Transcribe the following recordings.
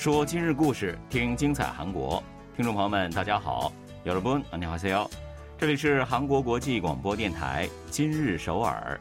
说今日故事，听精彩韩国。听众朋友们，大家好，여러분 안녕하세요。这里是韩国国际广播电台今日首尔。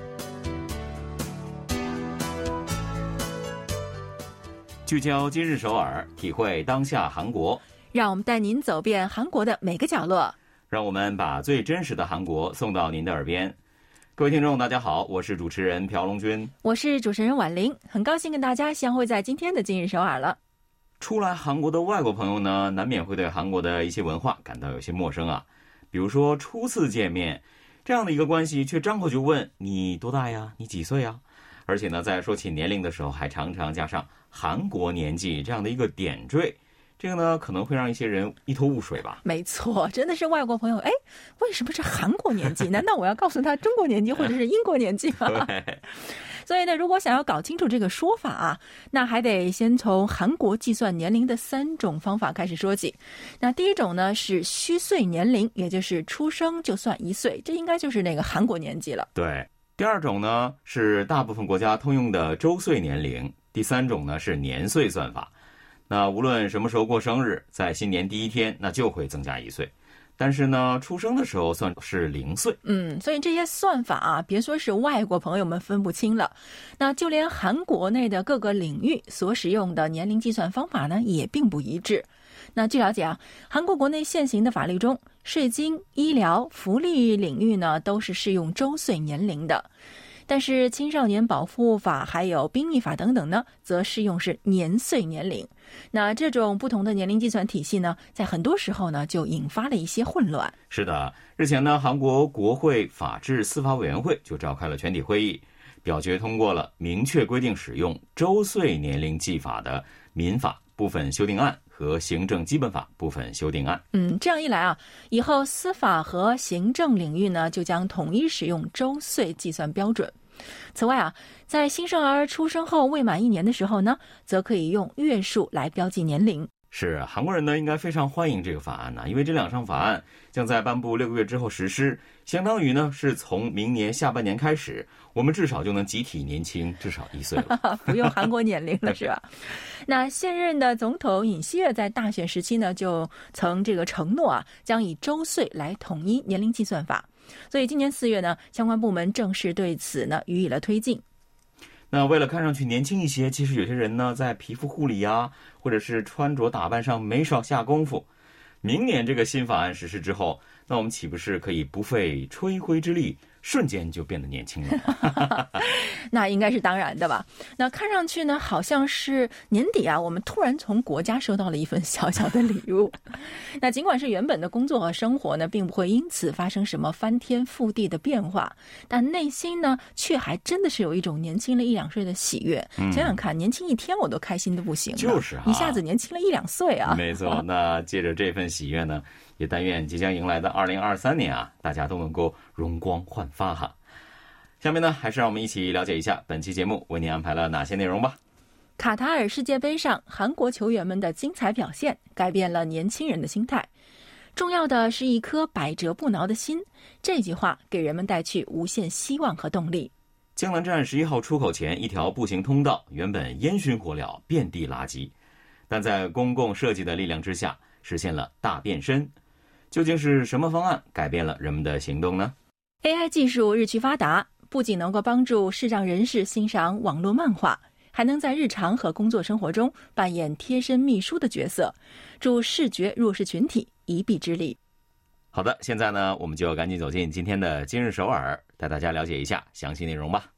聚焦今日首尔，体会当下韩国。 让我们带您走遍韩国的每个角落。 让我们把最真实的韩国送到您的耳边。各位听众，大家好，我是主持人朴龙君， 我是主持人婉玲，很高兴跟大家相会在今天的今日首尔了。 初来韩国的外国朋友呢，难免会对韩国的一些文化感到有些陌生啊。比如说初次见面这样的一个关系，却张口就问你多大呀，你几岁呀？而且呢，在说起年龄的时候，还常常加上韩国年纪这样的一个点缀。这个呢，可能会让一些人一头雾水吧。 没错，真的是外国朋友，为什么是韩国年纪？难道我要告诉他中国年纪或者是英国年纪吗？ 对。 所以呢，如果想要搞清楚这个说法啊，那还得先从韩国计算年龄的3种方法开始说起。那第一种呢是虚岁年龄，也就是出生就算1岁，这应该就是那个韩国年纪了。 对。第二种呢是大部分国家通用的周岁年龄。第三种呢是年岁算法。那无论什么时候过生日，在新年第一天，那就会增加1岁。但是呢，出生的时候算是0岁。 所以这些算法啊，别说是外国朋友们分不清了，那就连韩国内的各个领域所使用的年龄计算方法呢，也并不一致。那据了解啊，韩国国内现行的法律中，税金、医疗、福利领域呢，都是适用周岁年龄的。但是青少年保护法还有兵役法等等呢，则适用是年岁年龄。那这种不同的年龄计算体系呢，在很多时候呢，就引发了一些混乱。 是的，日前呢，韩国国会法制司法委员会就召开了全体会议，表决通过了明确规定使用周岁年龄计法的民法部分修订案和行政基本法部分修订案。 这样一来啊，以后司法和行政领域呢，就将统一使用周岁计算标准。此外啊，在新生儿出生后未满1年的时候呢，则可以用月数来标记年龄。 是，韩国人呢应该非常欢迎这个法案因为这2项法案将在颁布6个月之后实施，相当于呢是从明年下半年开始，我们至少就能集体年轻至少1岁了。 不用韩国年龄了是吧？那现任的总统尹锡悦在大选时期呢，就曾这个承诺啊，将以周岁来统一年龄计算法。所以今年4月呢，相关部门正式对此呢予以了推进。 那为了看上去年轻一些，其实有些人呢在皮肤护理啊，或者是穿着打扮上没少下功夫。明年这个新法案实施之后，那我们岂不是可以不费吹灰之力，瞬间就变得年轻了？ 那应该是当然的吧。那看上去呢，好像是年底啊，我们突然从国家收到了一份小小的礼物。那尽管是原本的工作和生活呢，并不会因此发生什么翻天覆地的变化，但内心呢，却还真的是有一种年轻了1-2岁的喜悦。想想看，年轻1天我都开心的不行了， 就是啊， 一下子年轻了1-2岁啊。 没错，那借着这份喜悦呢，也但愿即将迎来的2023年啊，大家都能够容光焕发哈。下面呢，还是让我们一起了解一下本期节目为您安排了哪些内容吧。 卡塔尔世界杯上，韩国球员们的精彩表现改变了年轻人的心态。重要的是一颗百折不挠的心，这句话给人们带去无限希望和动力。 江南站11号出口前一条步行通道原本烟熏火燎，遍地垃圾，但在公共设计的力量之下，实现了大变身。究竟是什么方案改变了人们的行动呢？ AI 技术日趋发达，不仅能够帮助视障人士欣赏网络漫画，还能在日常和工作生活中扮演贴身秘书的角色，助视觉弱势群体一臂之力。 好的，现在呢，我们就赶紧走进今天的今日首尔，带大家了解一下详细内容吧。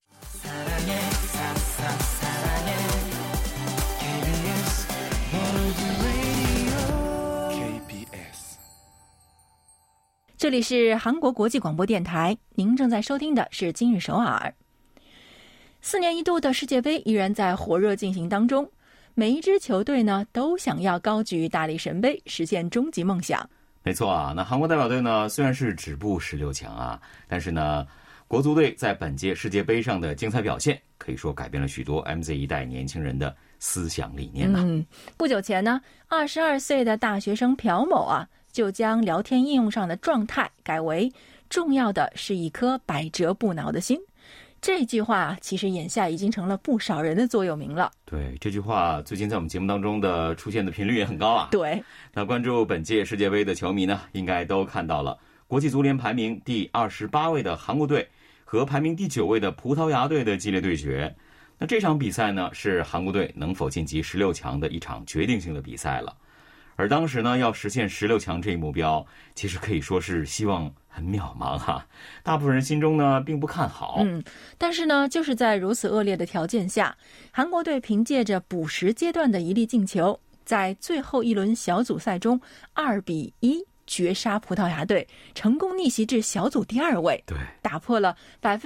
这里是韩国国际广播电台，您正在收听的是今日首尔。4年一度的世界杯依然在火热进行当中，每一支球队呢都想要高举大力神杯，实现终极梦想。 没错啊，那韩国代表队呢虽然是止步16强啊，但是呢，国足队在本届世界杯上的精彩表现，可以说改变了许多 MZ 一代年轻人的思想理念呢。 不久前呢，22岁的大学生朴某啊，就将聊天应用上的状态改为重要的是一颗百折不挠的心。 这句话其实眼下已经成了不少人的座右铭了。 对，这句话最近在我们节目当中的出现的频率也很高啊。 对， 那关注本届世界杯的球迷呢，应该都看到了国际足联排名第28位的韩国队和排名第9位的葡萄牙队的激烈对决。那这场比赛呢，是韩国队能否晋级16强的一场决定性的比赛了。而当时呢，要实现16强这一目标，其实可以说是希望很渺茫哈，大部分人心中呢并不看好。 但是呢，就是在如此恶劣的条件下，韩国队凭借着补时阶段的一粒进球，在最后一轮小组赛中2-1绝杀葡萄牙队，成功逆袭至小组第2位， 对， 打破了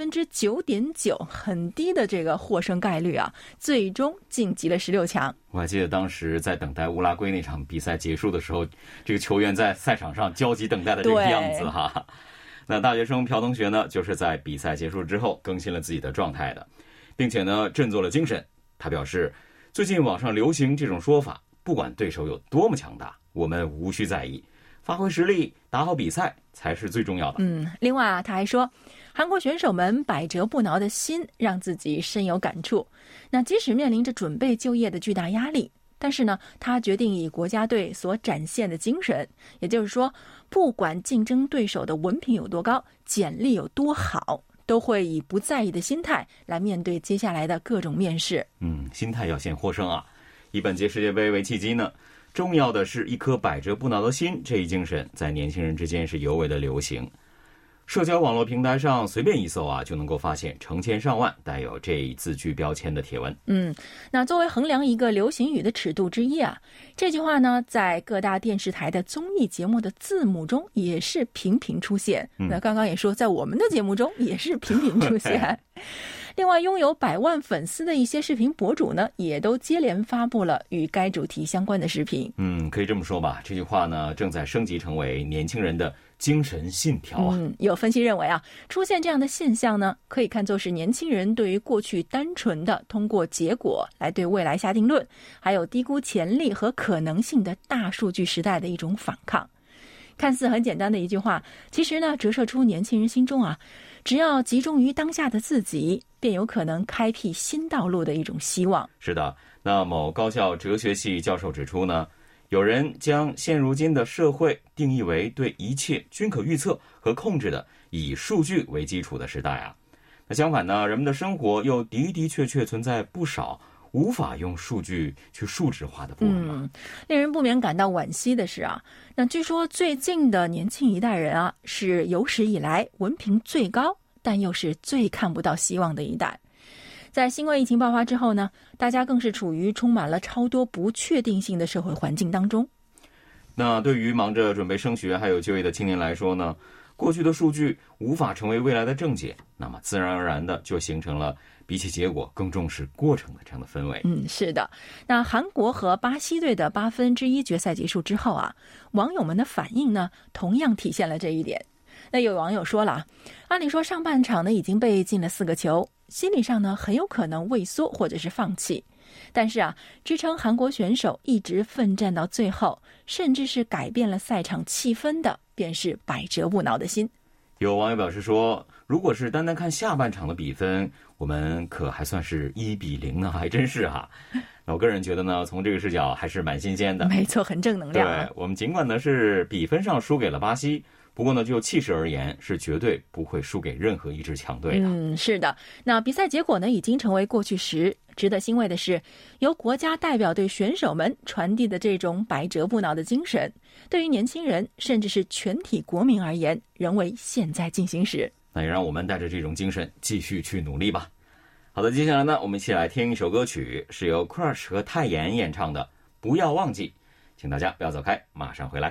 9.9%很低的这个获胜概率啊，最终晋级了16强。 我还记得当时在等待乌拉圭那场比赛结束的时候，这个球员在赛场上焦急等待的这个样子哈。那大学生朴同学呢，就是在比赛结束之后更新了自己的状态的，并且呢振作了精神。他表示，最近网上流行这种说法，不管对手有多么强大，我们无需在意，发挥实力，打好比赛才是最重要的。 另外啊，他还说，韩国选手们百折不挠的心让自己深有感触。那即使面临着准备就业的巨大压力，但是呢，他决定以国家队所展现的精神，也就是说，不管竞争对手的文凭有多高，简历有多好，都会以不在意的心态来面对接下来的各种面试。 心态要先获胜啊！以本届世界杯为契机呢，重要的是一颗百折不挠的心，这一精神在年轻人之间是尤为的流行。社交网络平台上随便一搜啊，就能够发现成千上万带有这一字句标签的帖文。 那作为衡量一个流行语的尺度之一啊，这句话呢，在各大电视台的综艺节目的字幕中也是频频出现。那刚刚也说，在我们的节目中也是频频出现。另外，拥有100万粉丝的一些视频博主呢，也都接连发布了与该主题相关的视频。 可以这么说吧，这句话呢，正在升级成为年轻人的精神信条啊。 有分析认为啊，出现这样的现象呢，可以看作是年轻人对于过去单纯的通过结果来对未来下定论，还有低估潜力和可能性的大数据时代的一种反抗。看似很简单的一句话，其实呢，折射出年轻人心中啊，只要集中于当下的自己，便有可能开辟新道路的一种希望。 是的，那某高校哲学系教授指出呢，有人将现如今的社会定义为对一切均可预测和控制的以数据为基础的时代啊。那相反呢，人们的生活又的的确确存在不少无法用数据去数值化的部分。 令人不免感到惋惜的是啊，那据说最近的年轻一代人啊，是有史以来文凭最高，但又是最看不到希望的一代。在新冠疫情爆发之后呢，大家更是处于充满了超多不确定性的社会环境当中。 那对于忙着准备升学还有就业的青年来说呢，过去的数据无法成为未来的正解，那么自然而然的就形成了比起结果更重视过程的这样的氛围。 是的。那韩国和巴西队的1/8决赛结束之后啊，网友们的反应呢，同样体现了这一点。那有网友说了，按理说上半场呢已经被进了4个球，心理上呢很有可能畏缩或者是放弃，但是啊，支撑韩国选手一直奋战到最后，甚至是改变了赛场气氛的，便是百折不挠的心。 有网友表示说，如果是单单看下半场的比分，我们可还算是1-0呢，还真是哈。那我个人觉得呢，从这个视角还是蛮新鲜的。 没错，很正能量啊。 对，我们尽管呢是比分上输给了巴西，不过呢，就气势而言，是绝对不会输给任何一支强队的。 是的。那比赛结果呢，已经成为过去时。值得欣慰的是，由国家代表队选手们传递的这种百折不挠的精神，对于年轻人甚至是全体国民而言，仍为现在进行时。 那也让我们带着这种精神继续去努力吧。好的，接下来呢，我们一起来听一首歌曲，是由 Crush 和泰妍演唱的《不要忘记》，请大家不要走开，马上回来。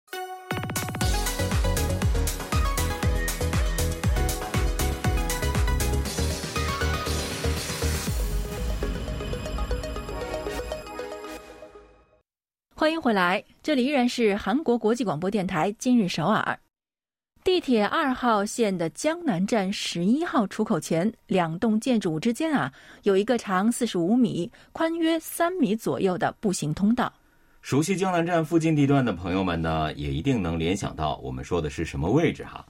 欢迎回来，这里依然是韩国国际广播电台今日首尔。地铁2号线的江南站11号出口前2栋建筑物之间啊，有一个长45米、宽约3米左右的步行通道。 熟悉江南站附近地段的朋友们呢，也一定能联想到我们说的是什么位置哈。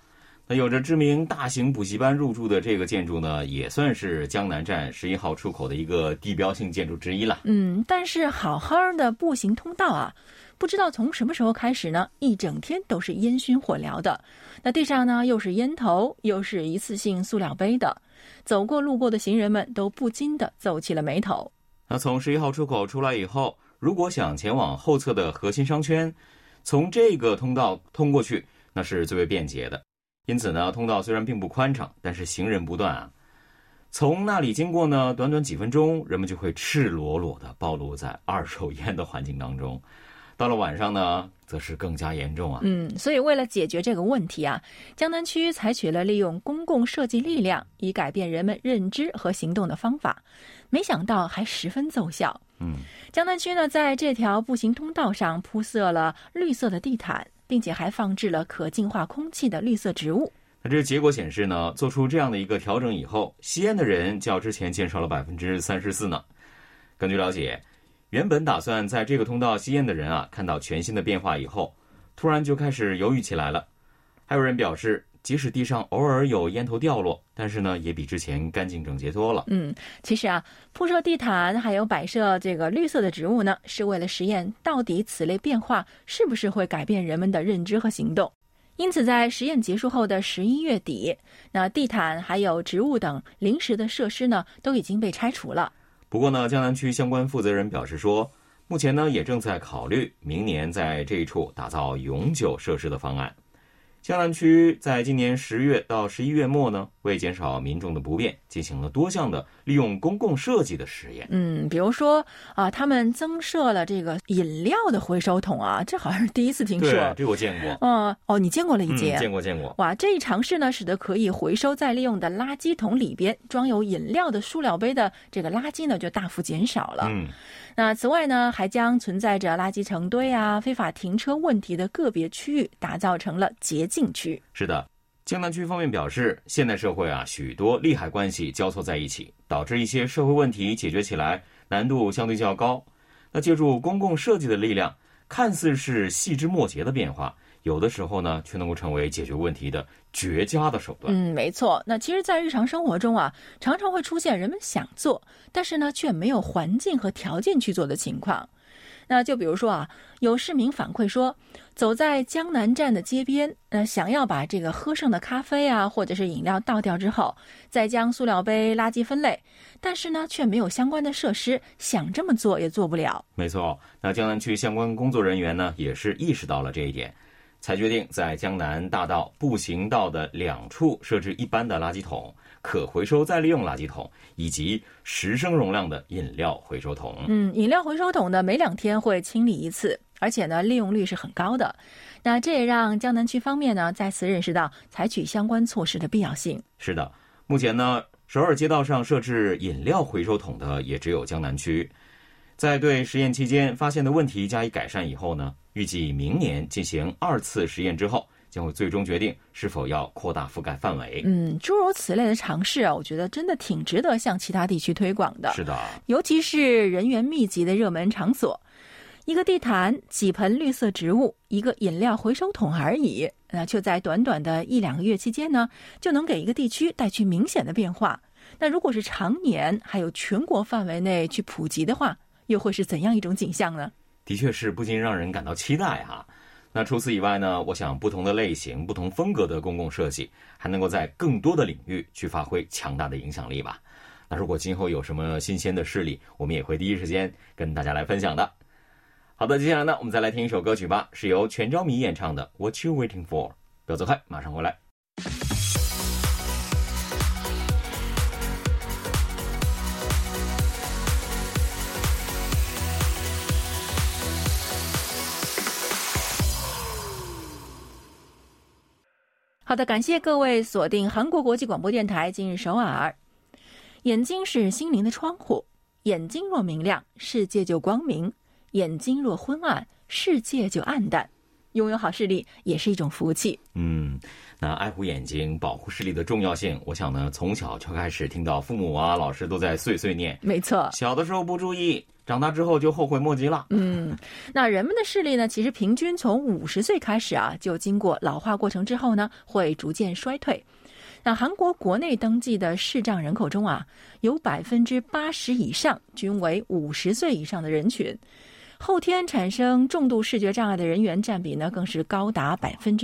那有着知名大型补习班入驻的这个建筑呢，也算是江南站11号出口的一个地标性建筑之一了。 但是好好的步行通道啊，不知道从什么时候开始呢，一整天都是烟熏火燎的。那地上呢，又是烟头，又是一次性塑料杯的，走过路过的行人们都不禁地皱起了眉头。 那从11号出口出来以后，如果想前往后侧的核心商圈，从这个通道通过去，那是最为便捷的。因此呢，通道虽然并不宽敞，但是行人不断啊。从那里经过呢，短短几分钟，人们就会赤裸裸地暴露在二手烟的环境当中。到了晚上呢，则是更加严重啊。 所以为了解决这个问题啊，江南区采取了利用公共设计力量，以改变人们认知和行动的方法，没想到还十分奏效。江南区呢，在这条步行通道上铺设了绿色的地毯，并且还放置了可净化空气的绿色植物。 那这结果显示呢，做出这样的一个调整以后，吸烟的人较之前减少了34%呢。根据了解，原本打算在这个通道吸烟的人啊，看到全新的变化以后，突然就开始犹豫起来了。还有人表示，即使地上偶尔有烟头掉落，但是呢，也比之前干净整洁多了。 其实啊，铺设地毯还有摆设这个绿色的植物呢，是为了实验到底此类变化是不是会改变人们的认知和行动。因此在实验结束后的11月底，那地毯还有植物等临时的设施呢，都已经被拆除了。 不过呢，江南区相关负责人表示说，目前呢也正在考虑明年在这一处打造永久设施的方案。江南区在今年10月到11月末呢，为减少民众的不便，进行了多项的利用公共设计的实验。 比如说啊，他们增设了这个饮料的回收桶啊，这好像是第一次听说。 对，这我见过。 你见过了一节？ 见过。 哇，这一尝试呢，使得可以回收再利用的垃圾桶里边装有饮料的塑料杯的这个垃圾呢，就大幅减少了。那此外呢，还将存在着垃圾成堆啊、非法停车问题的个别区域打造成了洁净区。 是的，江南区方面表示，现代社会啊，许多利害关系交错在一起，导致一些社会问题解决起来难度相对较高。那借助公共设计的力量，看似是细枝末节的变化，有的时候呢，却能够成为解决问题的绝佳的手段。 没错。那其实在日常生活中啊，常常会出现人们想做，但是呢，却没有环境和条件去做的情况。那就比如说啊，有市民反馈说，走在江南站的街边，想要把这个喝剩的咖啡啊，或者是饮料倒掉之后，再将塑料杯垃圾分类，但是呢，却没有相关的设施，想这么做也做不了。 没错，那江南区相关工作人员呢，也是意识到了这一点，才决定在江南大道步行道的2处设置一般的垃圾桶、可回收再利用垃圾桶以及10升容量的饮料回收桶。 饮料回收桶呢，每2天会清理一次，而且呢，利用率是很高的。那这也让江南区方面呢，再次认识到采取相关措施的必要性。 是的，目前呢，首尔街道上设置饮料回收桶的也只有江南区。在对实验期间发现的问题加以改善以后呢，预计明年进行2次实验之后，将会最终决定是否要扩大覆盖范围。 诸如此类的尝试啊，我觉得真的挺值得向其他地区推广的。 是的， 尤其是人员密集的热门场所，一个地毯、几盆绿色植物、一个饮料回收桶而已，那却在短短的1-2个月期间呢，就能给一个地区带去明显的变化。那如果是常年还有全国范围内去普及的话，又会是怎样一种景象呢？ 的确是不禁让人感到期待哈。那除此以外呢，我想不同的类型、不同风格的公共设计，还能够在更多的领域去发挥强大的影响力吧。那如果今后有什么新鲜的事例，我们也会第一时间跟大家来分享的。好的，接下来呢，我们再来听一首歌曲吧，是由全昭迷演唱的 What You Waiting For。 不要走开，马上回来。 好的，感谢各位锁定韩国国际广播电台今日首尔。眼睛是心灵的窗户，眼睛若明亮，世界就光明；眼睛若昏暗，世界就暗淡。 拥有好视力也是一种福气。 那爱护眼睛、保护视力的重要性，我想呢，从小就开始听到父母啊、老师都在碎碎念。 没错， 小的时候不注意，长大之后就后悔莫及了。 那人们的视力呢，其实平均从50岁开始啊，就经过老化过程之后呢，会逐渐衰退。那韩国国内登记的视障人口中啊，有80%以上均为50岁以上的人群。后天产生重度视觉障碍的人员占比呢，更是高达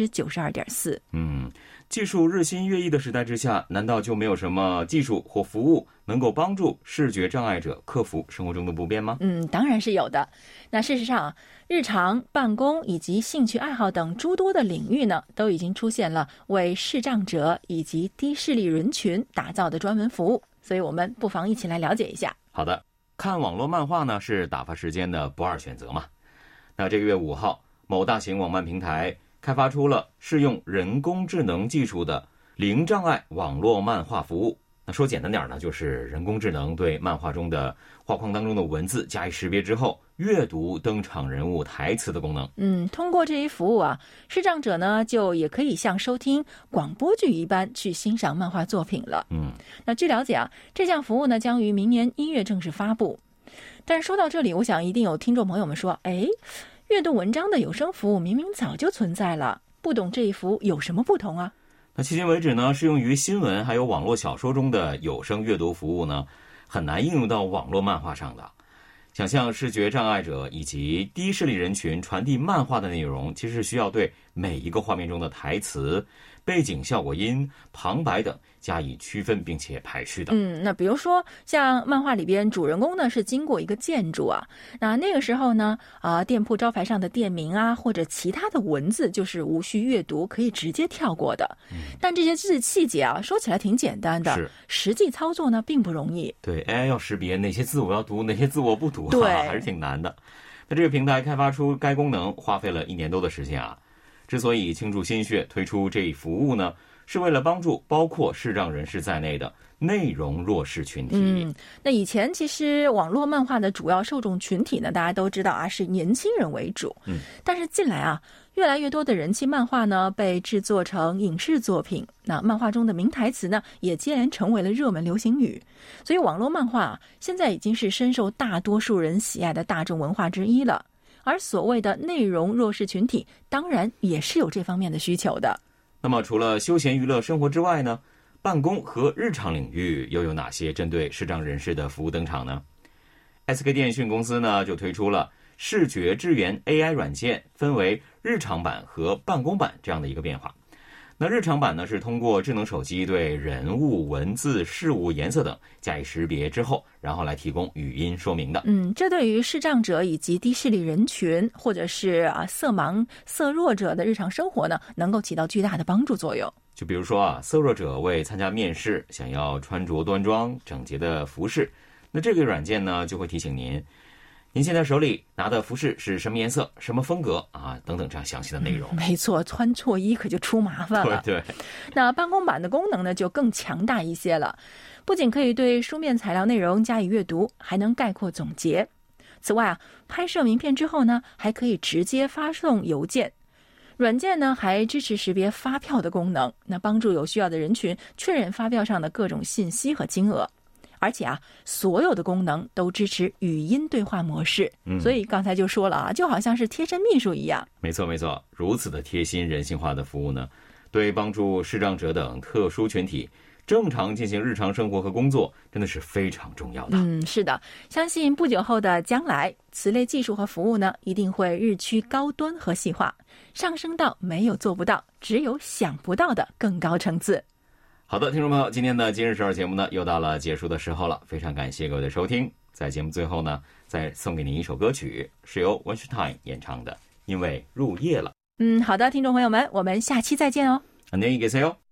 92.4%。 技术日新月异的时代之下，难道就没有什么技术或服务能够帮助视觉障碍者克服生活中的不便吗？ 当然是有的。那事实上，日常、办公以及兴趣爱好等诸多的领域呢，都已经出现了为视障者以及低视力人群打造的专门服务，所以我们不妨一起来了解一下。 好的。看网络漫画呢是打发时间的不二选择嘛。那这个月5号，某大型网漫平台开发出了适用人工智能技术的零障碍网络漫画服务。那说简单点呢，就是人工智能对漫画中的画框当中的文字加以识别之后，阅读登场人物台词的功能。 通过这一服务啊，视障者呢就也可以像收听广播剧一般去欣赏漫画作品了。那据了解啊，这项服务呢将于明年1月正式发布。但是说到这里，我想一定有听众朋友们说，阅读文章的有声服务明明早就存在了，不懂这一服务有什么不同啊？ 那迄今为止呢，适用于新闻还有网络小说中的有声阅读服务呢，很难应用到网络漫画上的。想向视觉障碍者以及低视力人群传递漫画的内容，其实是需要对每一个画面中的台词、背景效果音、旁白等加以区分并且排序的。 那比如说像漫画里边主人公呢是经过一个建筑啊，那个时候呢店铺招牌上的店名啊或者其他的文字就是无需阅读，可以直接跳过的。但这些细节啊说起来挺简单的，实际操作呢并不容易。 对 AI 要识别哪些字我要读，哪些字我不读， 对， 还是挺难的。那这个平台开发出该功能花费了1年多的时间啊。之所以倾注心血推出这一服务呢，是为了帮助包括视障人士在内的内容弱势群体。 那以前其实网络漫画的主要受众群体呢，大家都知道啊，是年轻人为主。但是近来啊，越来越多的人气漫画呢被制作成影视作品，那漫画中的名台词呢也接连成为了热门流行语。所以网络漫画现在已经是深受大多数人喜爱的大众文化之一了。而所谓的内容弱势群体，当然也是有这方面的需求的。 那么除了休闲娱乐生活之外呢，办公和日常领域又有哪些针对视障人士的服务登场呢？ SK 电讯公司呢就推出了视觉支援 AI 软件，分为日常版和办公版这样的一个变化。那日常版呢是通过智能手机对人物、文字、事物、颜色等加以识别之后，然后来提供语音说明的。 这对于视障者以及低视力人群或者是色盲、色弱者的日常生活呢，能够起到巨大的帮助作用。 就比如说色弱者为参加面试，想要穿着端庄整洁的服饰，那这个软件呢就会提醒您现在手里拿的服饰是什么颜色、什么风格等等这样详细的内容。 没错，穿错衣可就出麻烦了。 对。 那办公版的功能呢就更强大一些了，不仅可以对书面材料内容加以阅读，还能概括总结。此外拍摄名片之后呢，还可以直接发送邮件。软件呢还支持识别发票的功能，那帮助有需要的人群确认发票上的各种信息和金额。而且所有的功能都支持语音对话模式，所以刚才就说了就好像是贴身秘书一样。 没错，如此的贴心人性化的服务呢，对帮助视障者等特殊群体正常进行日常生活和工作，真的是非常重要的。 是的，相信不久后的将来，此类技术和服务呢，一定会日趋高端和细化，上升到没有做不到，只有想不到的更高层次。 好的，听众朋友，今天的今日12节目呢，又到了结束的时候了，非常感谢各位的收听。在节目最后呢，再送给您一首歌曲，是由 Weinstein 演唱的《因为入夜了》。 好的，听众朋友们，我们下期再见哦。 안녕히 계세요。